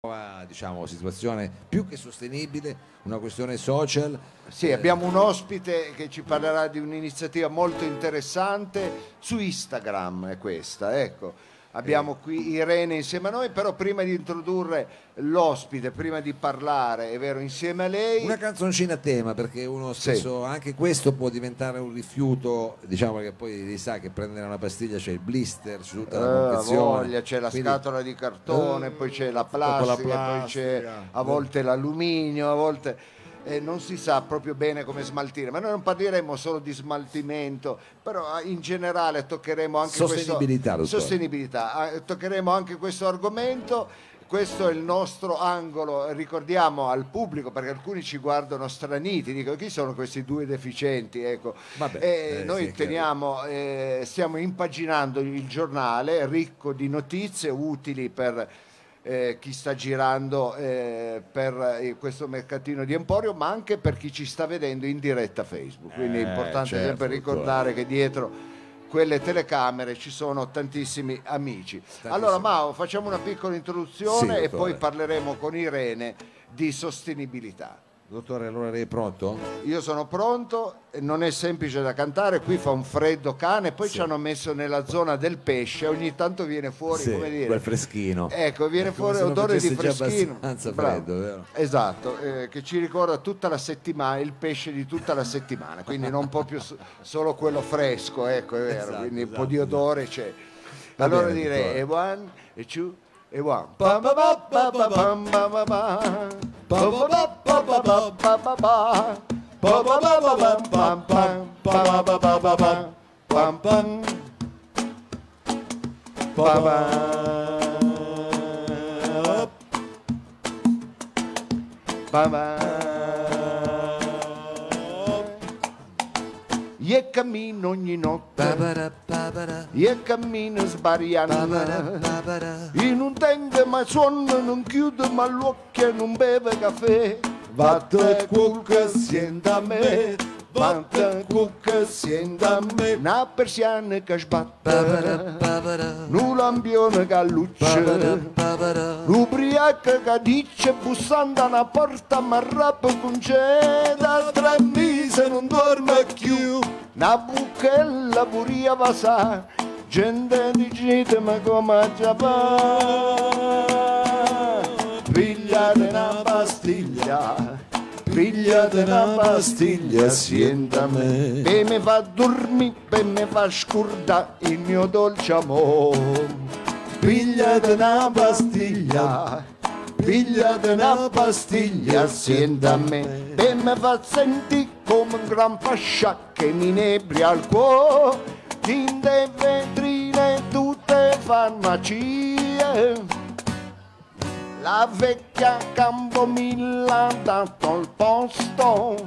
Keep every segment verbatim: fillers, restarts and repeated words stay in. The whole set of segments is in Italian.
nuova, diciamo, situazione più che sostenibile, una questione social. Sì, eh, abbiamo un ospite che ci parlerà di un'iniziativa molto interessante su Instagram, è questa, ecco. Abbiamo qui Irene insieme a noi, però prima di introdurre l'ospite, prima di parlare, è vero, insieme a lei... Una canzoncina a tema, perché uno stesso, sì, anche questo può diventare un rifiuto, diciamo che poi si sa che prendere una pastiglia c'è il blister su tutta la Uh, confezione. voglia, c'è la Quindi, scatola di cartone, uh, poi c'è la plastica, la plastica, poi c'è a volte l'alluminio, a volte... Eh, non si sa proprio bene come smaltire, ma noi non parleremo solo di smaltimento, però in generale toccheremo anche sostenibilità, questo, sostenibilità, eh, toccheremo anche questo argomento. Questo è il nostro angolo, ricordiamo al pubblico, perché alcuni ci guardano straniti, dicono chi sono questi due deficienti, ecco. Vabbè, eh, eh, noi sì, teniamo, eh, stiamo impaginando il giornale ricco di notizie utili per Eh, chi sta girando eh, per eh, questo mercatino di Emporio, ma anche per chi ci sta vedendo in diretta Facebook. Quindi eh, è importante certo, sempre ricordare che dietro quelle telecamere ci sono tantissimi amici. Tantissimo. Allora Mao, facciamo una piccola introduzione sì, e poi parleremo con Irene di sostenibilità. Dottore, allora lei è pronto? Io sono pronto, non è semplice da cantare, qui fa un freddo cane, poi sì, ci hanno messo nella zona del pesce, ogni tanto viene fuori, sì, come dire, quel freschino. Ecco, viene fuori odore di freschino. Abbastanza freddo, vero? Esatto, eh, che ci ricorda tutta la settimana, il pesce di tutta la settimana, quindi non un po' più so- solo quello fresco, ecco, è vero, esatto, quindi esatto, un po' di odore c'è. Va Allora bene, direi, dottore. e one, e two, e one. Pa pa pa pa pa pam pa pa pa. Pa pa pa pa pa pa pa pa pa. Pa pa pa pa pam pam pam. Pa pa pa pa pa pam pam. Pa pa. Pa pa. Io cammino ogni notte, io cammino sbariando, in un tempo ma sonno non chiudo ma l'occhio non beve caffè, vatte cucca sienta a me, vatte cucca sienta a me, una persiana che sbatte, un lampione che luccia, l'ubriaca che dice bussando alla porta ma rappo con c'è, da tre mesi non dorme più. Una buchella puria passa, gente dice ma come già va? Pigliate una pastiglia, pigliate una pastiglia assieme a me. E mi fa dormire, e mi fa scordare il mio dolce amore. Pigliate una pastiglia, pigliate una pastiglia assieme a me. E mi fa sentire come un gran fascia che mi inebria al cuore, tinte vetrine tutte farmacie, la vecchia Campomilla ha dato il posto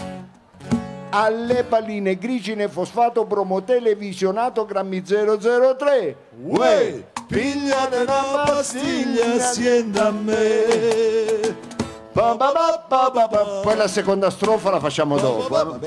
alle palline grigine fosfato bromo televisionato grammi zero zero tre. Uè, pigliate una pastiglia assieme a me. Pa pa pa pa pa pa. Poi la seconda strofa la facciamo dopo. Pa pa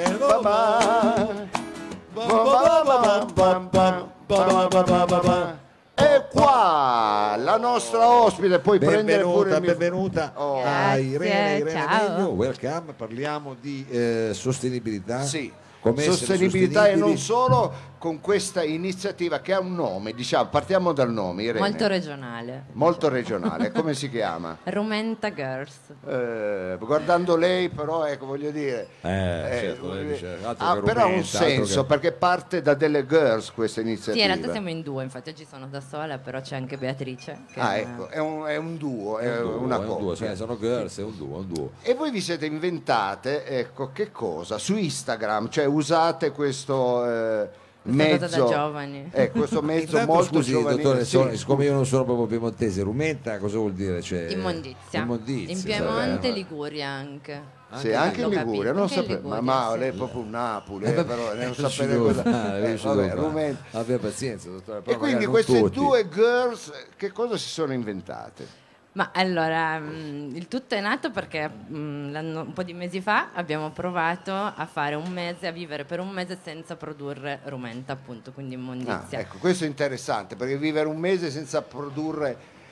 pa pa pa. E qua la nostra ospite, puoi prendere pure il mio... benvenuta Oh. a Irene, Irene ciao. Meglio, welcome. Parliamo di eh, sostenibilità. Sì, Come sostenibilità e non sostenibili. solo, con questa iniziativa che ha un nome, diciamo, partiamo dal nome, Irene. Molto regionale. Molto regionale, come si chiama? Rumenta Girls. Eh, guardando lei però, ecco, voglio dire, Eh, eh, certo, voglio lei dire, dice, altro ha che però un rumenta, altro senso che- perché parte da delle girls questa iniziativa. Sì, in realtà siamo in due, infatti oggi sono da sola, però c'è anche Beatrice. Che Ah, è- ecco, è un, è un duo, è, È un duo, una è un duo, coppia. cioè, sono girls, è un duo, è un duo. E voi vi siete inventate, ecco, che cosa? Su Instagram, cioè usate questo eh, Questa mezzo... cosa da giovani. Eh, questo mezzo Intanto, molto scusi, giovanile. dottore, Sì, so- scusi. siccome io non sono proprio piemontese, rumenta cosa vuol dire? Cioè, Immondizia. immondizia, In sai, Piemonte, eh. Liguria anche. Sì, Anche anche in l'ho Liguria, capito. non Anche in sapevo, ma, Liguria, ma sì. lei è proprio un Napoli, Eh, eh, vabbè, però non non ci sapere devo cosa... fare, non eh, ci vabbè, devo fare. rumenta. Abbia pazienza, dottore. E però quindi magari non queste tutti. due girls che cosa si sono inventate? Ma allora, mh, il tutto è nato perché mh, l'anno- un po' di mesi fa abbiamo provato a fare un mese, a vivere per un mese senza produrre rumenta, appunto, quindi Ah, immondizia. ecco, questo è interessante perché vivere un mese senza produrre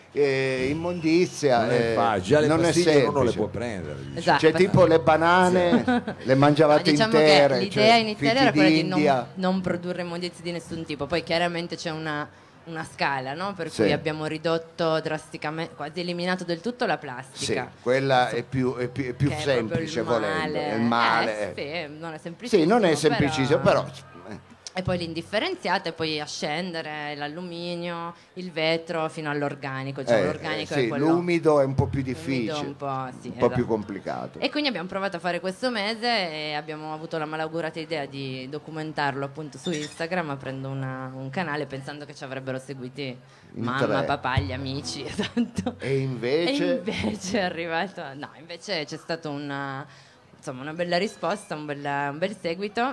eh, immondizia, non è eh, facile. Già le non è pastiglie semplice. uno non le può prendere. Esatto. Cioè tipo le banane le mangiavate No, diciamo intere, che l'idea cioè, iniziale fichi era quella di non, d'India. non produrre immondizie di nessun tipo, poi chiaramente c'è una, una scala, no? Per Sì. cui abbiamo ridotto drasticamente, quasi eliminato del tutto la Sì, plastica. quella è più, è più, è più che è semplice proprio il volendo, male. è il male. Eh, eh. sì, non è semplicissimo. Sì, non è semplicissimo, però, eh, E poi l'indifferenziata e poi a scendere l'alluminio, il vetro fino all'organico. Cioè eh, l'organico sì, è quello l'umido è un po' più umido, difficile, un po', sì, un po' esatto. più complicato. E quindi abbiamo provato a fare questo mese e abbiamo avuto la malaugurata idea di documentarlo appunto su Instagram, aprendo una- un canale pensando che ci avrebbero seguiti In mamma, tre. papà, gli amici, esatto. E invece, E invece è arrivato, no, invece c'è stato una, insomma, una bella risposta, un, bella- un bel seguito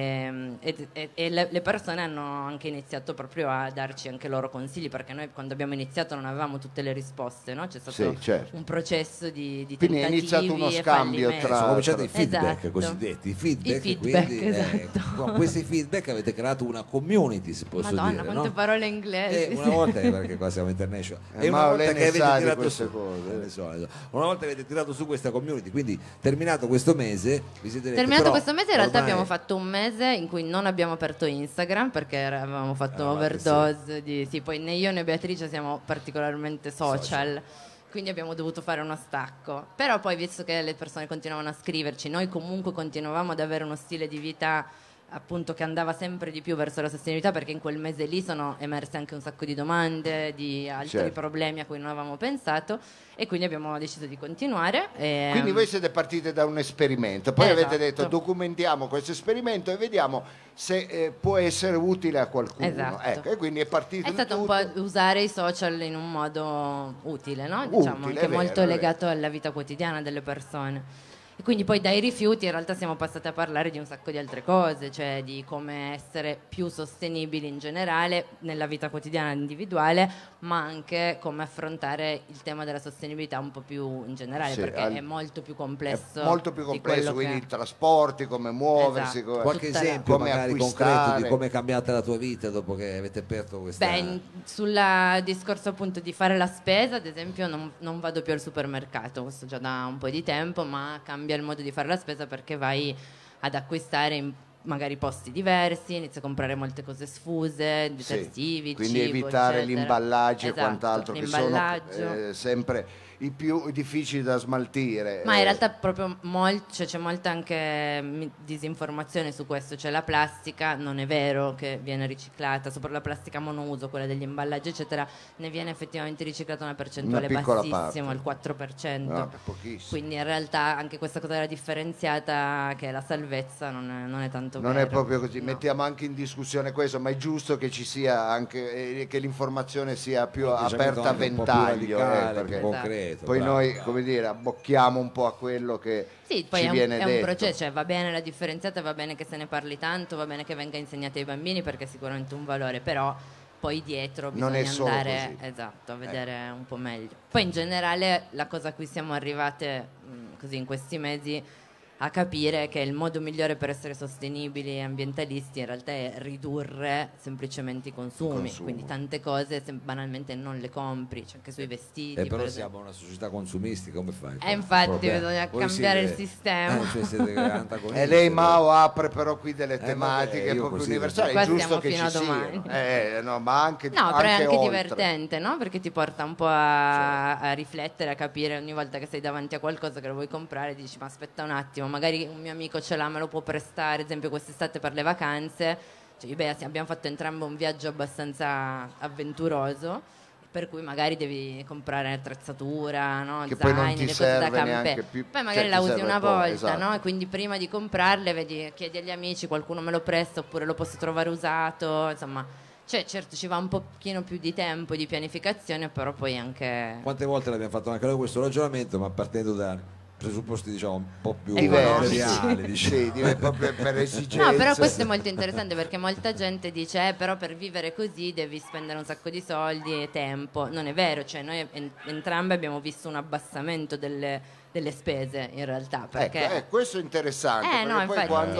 e, e- e- e le, le persone hanno anche iniziato proprio a darci anche loro consigli, perché noi quando abbiamo iniziato non avevamo tutte le risposte, no? C'è stato Sì, certo. un processo di, di Quindi è tentativi iniziato uno e scambio fallimenti. tra- Sono cominciati i feedback Esatto. cosiddetti, i feedback, I feedback, quindi, esatto. con questi feedback avete creato una community, si posso Madonna, dire, quante no? parole inglesi. E una volta, perché qua siamo international, Eh, e una ma volta lei che ne avete sa di tirato queste su, cose. eh, ne so, ne so. Una volta che avete tirato su questa community, quindi terminato questo mese, vi siete detti, Terminato però, questo mese in realtà ormai- abbiamo fatto un mese in cui non abbiamo aperto Instagram perché era- avevamo fatto Eravate overdose di sì, poi né io né Beatrice siamo particolarmente social, Social. quindi abbiamo dovuto fare uno stacco. Però poi visto che le persone continuavano a scriverci, noi comunque continuavamo ad avere uno stile di vita appunto che andava sempre di più verso la sostenibilità, perché in quel mese lì sono emerse anche un sacco di domande, di altri Certo. problemi a cui non avevamo pensato e quindi abbiamo deciso di continuare. E, Quindi voi siete partite da un esperimento, poi Esatto. avete detto documentiamo questo esperimento e vediamo se eh, può essere utile a qualcuno. Esatto. Ecco, e quindi è partito È il stato un tutto. po' usare i social in un modo utile, no? Utile, Diciamo, è anche vero, molto è legato alla vita quotidiana delle persone. E quindi poi dai rifiuti in realtà siamo passati a parlare di un sacco di altre cose, cioè di come essere più sostenibili in generale nella vita quotidiana individuale, ma anche come affrontare il tema della sostenibilità un po' più in generale, Sì, perché al- è molto più complesso. È molto più di complesso, quello quindi che- i trasporti, come muoversi, Esatto. come- Qualche tutta la- esempio come magari acquistare. concreto di come è cambiata la tua vita dopo che avete aperto questa... Beh, in- sul discorso appunto di fare la spesa, ad esempio, non, non vado più al supermercato, questo già da un po' di tempo, ma cambia il modo di fare la spesa perché vai ad acquistare in magari posti diversi, inizi a comprare molte cose sfuse, Sì, detersivi, quindi cibo, evitare eccetera. l'imballaggio Esatto, e quant'altro che sono l'imballaggio. eh, sempre i più difficili da smaltire. Ma in eh. realtà proprio mol- cioè, c'è molta anche mi- disinformazione su questo, cioè la plastica non è vero che viene riciclata, soprattutto la plastica monouso, quella degli imballaggi eccetera, ne viene effettivamente riciclata una percentuale Una piccola bassissima, parte. il quattro per cento. No, è pochissimo. Quindi in realtà anche questa cosa della differenziata che è la salvezza non è, non è tanto Non vero. è proprio così, No. mettiamo anche in discussione questo, ma è giusto che ci sia anche eh, che l'informazione sia più Atteggiamento aperta a anche un po' più ventaglio, eh, radicale, perché più Esatto. concreto. poi bravo, noi, bravo. come dire, abbocchiamo un po' a quello che Sì, poi ci è un, viene è un detto. processo, cioè va bene la differenziata, va bene che se ne parli tanto, va bene che venga insegnata ai bambini perché è sicuramente un valore, però poi dietro Non bisogna è solo andare così. esatto, a vedere un po' meglio. Poi in generale la cosa a cui siamo arrivate mh, così in questi mesi a capire che il modo migliore per essere sostenibili e ambientalisti in realtà è ridurre semplicemente i consumi, Consumo. quindi tante cose sem- banalmente non le compri, cioè anche sui vestiti. E però per esempio. siamo una società consumistica, come fai? Eh, infatti Proprio- bisogna voi cambiare siete- il sistema. eh, cioè siete antagonisti. E lei Mao apre però qui delle Eh, tematiche vabbè, io proprio così- universali, Qua è giusto stiamo che fino ci a domani. siano. Eh, no, ma anche No, però è anche oltre. divertente, no? Perché ti porta un po' a, a riflettere, a capire ogni volta che sei davanti a qualcosa che lo vuoi comprare, dici ma aspetta un attimo, magari un mio amico ce l'ha, me lo può prestare, ad esempio quest'estate per le vacanze, cioè, beh, abbiamo fatto entrambi un viaggio abbastanza avventuroso, per cui magari devi comprare attrezzatura, no? Che poi non zaini, ti le cose da serve camper. neanche più, Poi magari cioè, la ti usi serve una poco, volta, esatto. no? E quindi prima di comprarle vedi, chiedi agli amici, qualcuno me lo presta oppure lo posso trovare usato, insomma. Cioè, certo, ci va un pochino più di tempo e di pianificazione, però poi anche... Quante volte l'abbiamo fatto anche noi questo ragionamento, ma partendo da presupposti diciamo un po' più Economici. materiali, diciamo. Sì, di- proprio per esigenze. No, però questo è molto interessante perché molta gente dice, eh, però per vivere così devi spendere un sacco di soldi e tempo. Non è vero, cioè noi en- entrambe abbiamo visto un abbassamento delle, delle spese in realtà. Perché... Ecco, eh, questo è interessante, Eh, perché no, poi infatti. quando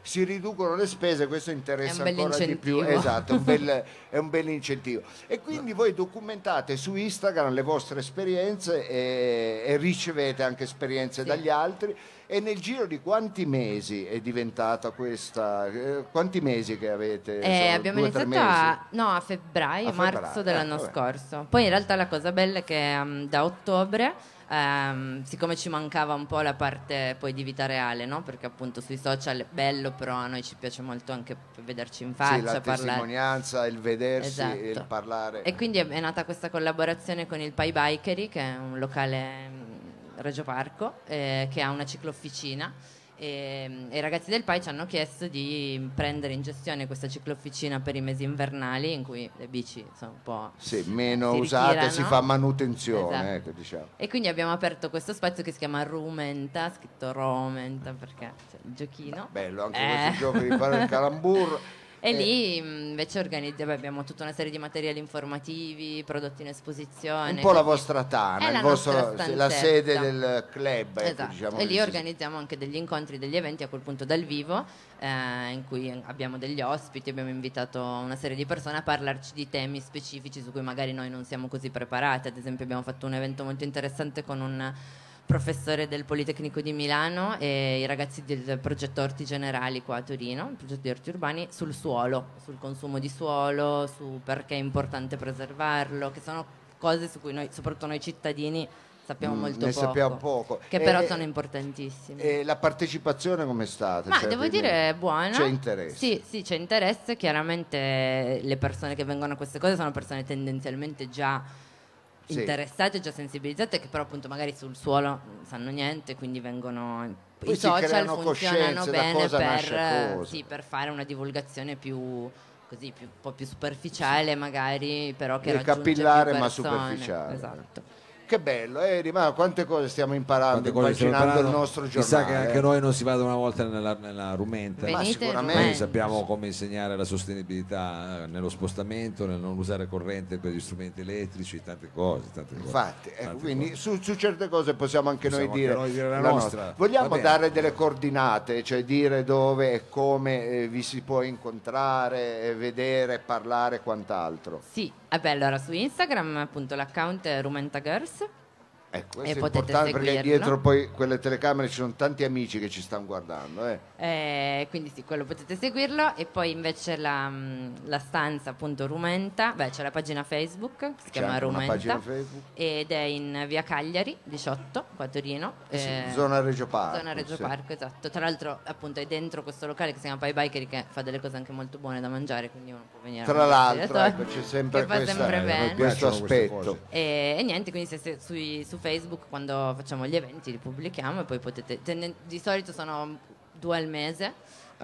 si riducono le spese, questo interessa È un ancora di più. bell'incentivo. Esatto, è un bel, è un bel incentivo. E quindi voi documentate su Instagram le vostre esperienze e, e ricevete anche esperienze Sì. dagli altri. E nel giro di quanti mesi è diventata questa? Eh, quanti mesi che avete? Eh, Sono abbiamo due, tre iniziato mesi? a, no, a febbraio, A febbraio, marzo dell'anno eh, vabbè. scorso. Poi in realtà la cosa bella è che um, da ottobre, ehm, siccome ci mancava un po' la parte poi di vita reale, no? Perché appunto sui social è bello, però a noi ci piace molto anche vederci in faccia, Sì, la parlare. testimonianza, il vedersi, Esatto. il parlare. E quindi è, è nata questa collaborazione con il Pai Bikery, che è un locale mh, Reggio Parco, eh, che ha una ciclofficina. E, e i ragazzi del Pai ci hanno chiesto di prendere in gestione questa ciclofficina per i mesi invernali, in cui le bici sono un po' Sì, meno si usate, ritirano. si fa manutenzione, Esatto. ecco, diciamo. E quindi abbiamo aperto questo spazio che si chiama Rumenta, scritto Romenta perché c'è il giochino. Bello anche Eh. questo gioco di fare il calambur. E Eh, lì mh, invece organizziamo, abbiamo tutta una serie di materiali informativi, prodotti in esposizione. un po' la quindi- vostra tana, È il la vostro- nostra la sede stanzetta. del club. Ecco, Esatto. diciamo E lì così. organizziamo anche degli incontri, degli eventi a quel punto dal vivo, eh, in cui abbiamo degli ospiti, abbiamo invitato una serie di persone a parlarci di temi specifici su cui magari noi non siamo così preparati. Ad esempio abbiamo fatto un evento molto interessante con un professore del Politecnico di Milano e i ragazzi del progetto Orti Generali qua a Torino, il progetto di orti urbani, sul suolo, sul consumo di suolo, su perché è importante preservarlo, che sono cose su cui noi, soprattutto noi cittadini, sappiamo Mm, molto ne poco, sappiamo poco. che però E- sono importantissime. E la partecipazione com'è stata? Ma Cioè, devo quindi dire è buona. C'è interesse? Sì, sì, c'è interesse. Chiaramente le persone che vengono a queste cose sono persone tendenzialmente già Sì. interessate, già sensibilizzate, che però appunto magari sul suolo non sanno niente, quindi vengono... Poi I si social creano funzionano coscienze, da bene cosa per, nasce cosa. sì, per fare una divulgazione più... così, più, un po' più superficiale magari, però che E raggiunge capillare, più ma persone. superficiale. Esatto. Che bello, eh, rimane, quante cose stiamo imparando, Quante cose stiamo immaginando il imparando. nostro giornale. Chissà che anche eh. noi non si vada una volta nella, nella rumenta. Venite Ma in sicuramente. Noi Rumenta. sappiamo come insegnare la sostenibilità eh, nello spostamento, nel non usare corrente per gli strumenti elettrici, tante cose. Tante cose, Infatti, ecco, tante quindi cose. su, su certe cose possiamo anche Possiamo noi dire, anche noi dire la la nostra. Vogliamo Va bene. dare delle coordinate, cioè dire dove e come eh, vi si può incontrare, eh, vedere, parlare e quant'altro. Sì, vabbè, allora su Instagram appunto l'account è Rumenta Girls. Ecco, E questo è potete importante perché seguirlo. dietro poi quelle telecamere ci sono tanti amici che ci stanno guardando. Eh. Eh, quindi sì, quello potete seguirlo. E poi invece la, mh, la stanza appunto Rumenta, beh, c'è la pagina Facebook che si C'è chiama anche una Rumenta pagina Facebook. ed è in via Cagliari diciotto qua a Torino, Eh sì, eh, zona Reggio Parco. zona Reggio sì. Parco, esatto. Tra l'altro appunto è dentro questo locale che si chiama Pai Bikery, che fa delle cose anche molto buone da mangiare, quindi uno può venire a Tra mangiarsi l'altro, da ecco, solo, c'è sempre che fa questa- sempre eh, a noi bene. questo Piacciono queste aspetto. cose. E, e niente, quindi se, se sui- su Facebook quando facciamo gli eventi li pubblichiamo e poi potete, tenden- di solito sono due al mese,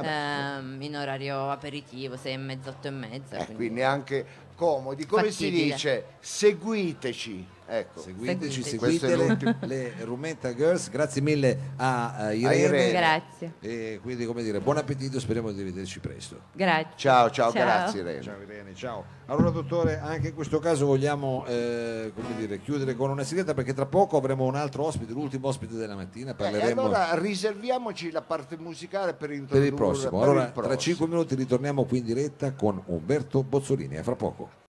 ehm, in orario aperitivo, sei e mezza, otto e mezza. Eh, quindi anche comodi. Come si Fattibile. dice? Seguiteci. Ecco. Seguiteci, Seguiteci. Questo è seguitele, l'ultimo. le Rumenta Girls. Grazie mille a, eh, Irene. Irene. Grazie, E quindi, come dire, buon appetito, speriamo di vederci presto. grazie. Ciao, ciao, grazie Irene. Ciao Irene, ciao. Allora dottore, anche in questo caso vogliamo eh, come dire, chiudere con una sigletta perché tra poco avremo un altro ospite, l'ultimo ospite della mattina, Eh, parleremo allora riserviamoci la parte musicale per per introdurre il prossimo. per Allora il tra prossimo. cinque minuti ritorniamo qui in diretta con Umberto Bozzolini, a fra poco.